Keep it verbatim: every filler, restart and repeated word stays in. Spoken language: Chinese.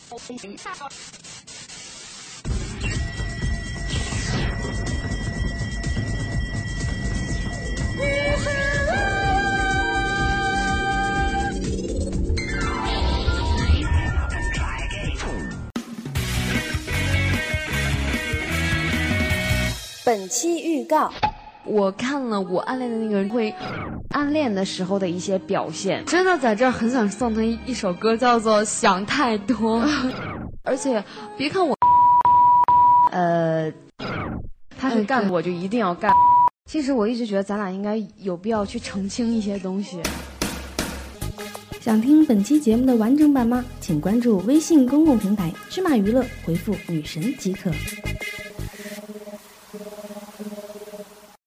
本期预告， 我看了我暗恋的那个人会暗恋的时候的一些表现，真的在这儿很想送他一首歌，叫做《想太多》。而且别看我，呃，他是干，我就一定要干。其实我一直觉得咱俩应该有必要去澄清一些东西。 想听本期节目的完整版吗？请关注微信公共平台芝麻娱乐，回复女神即可。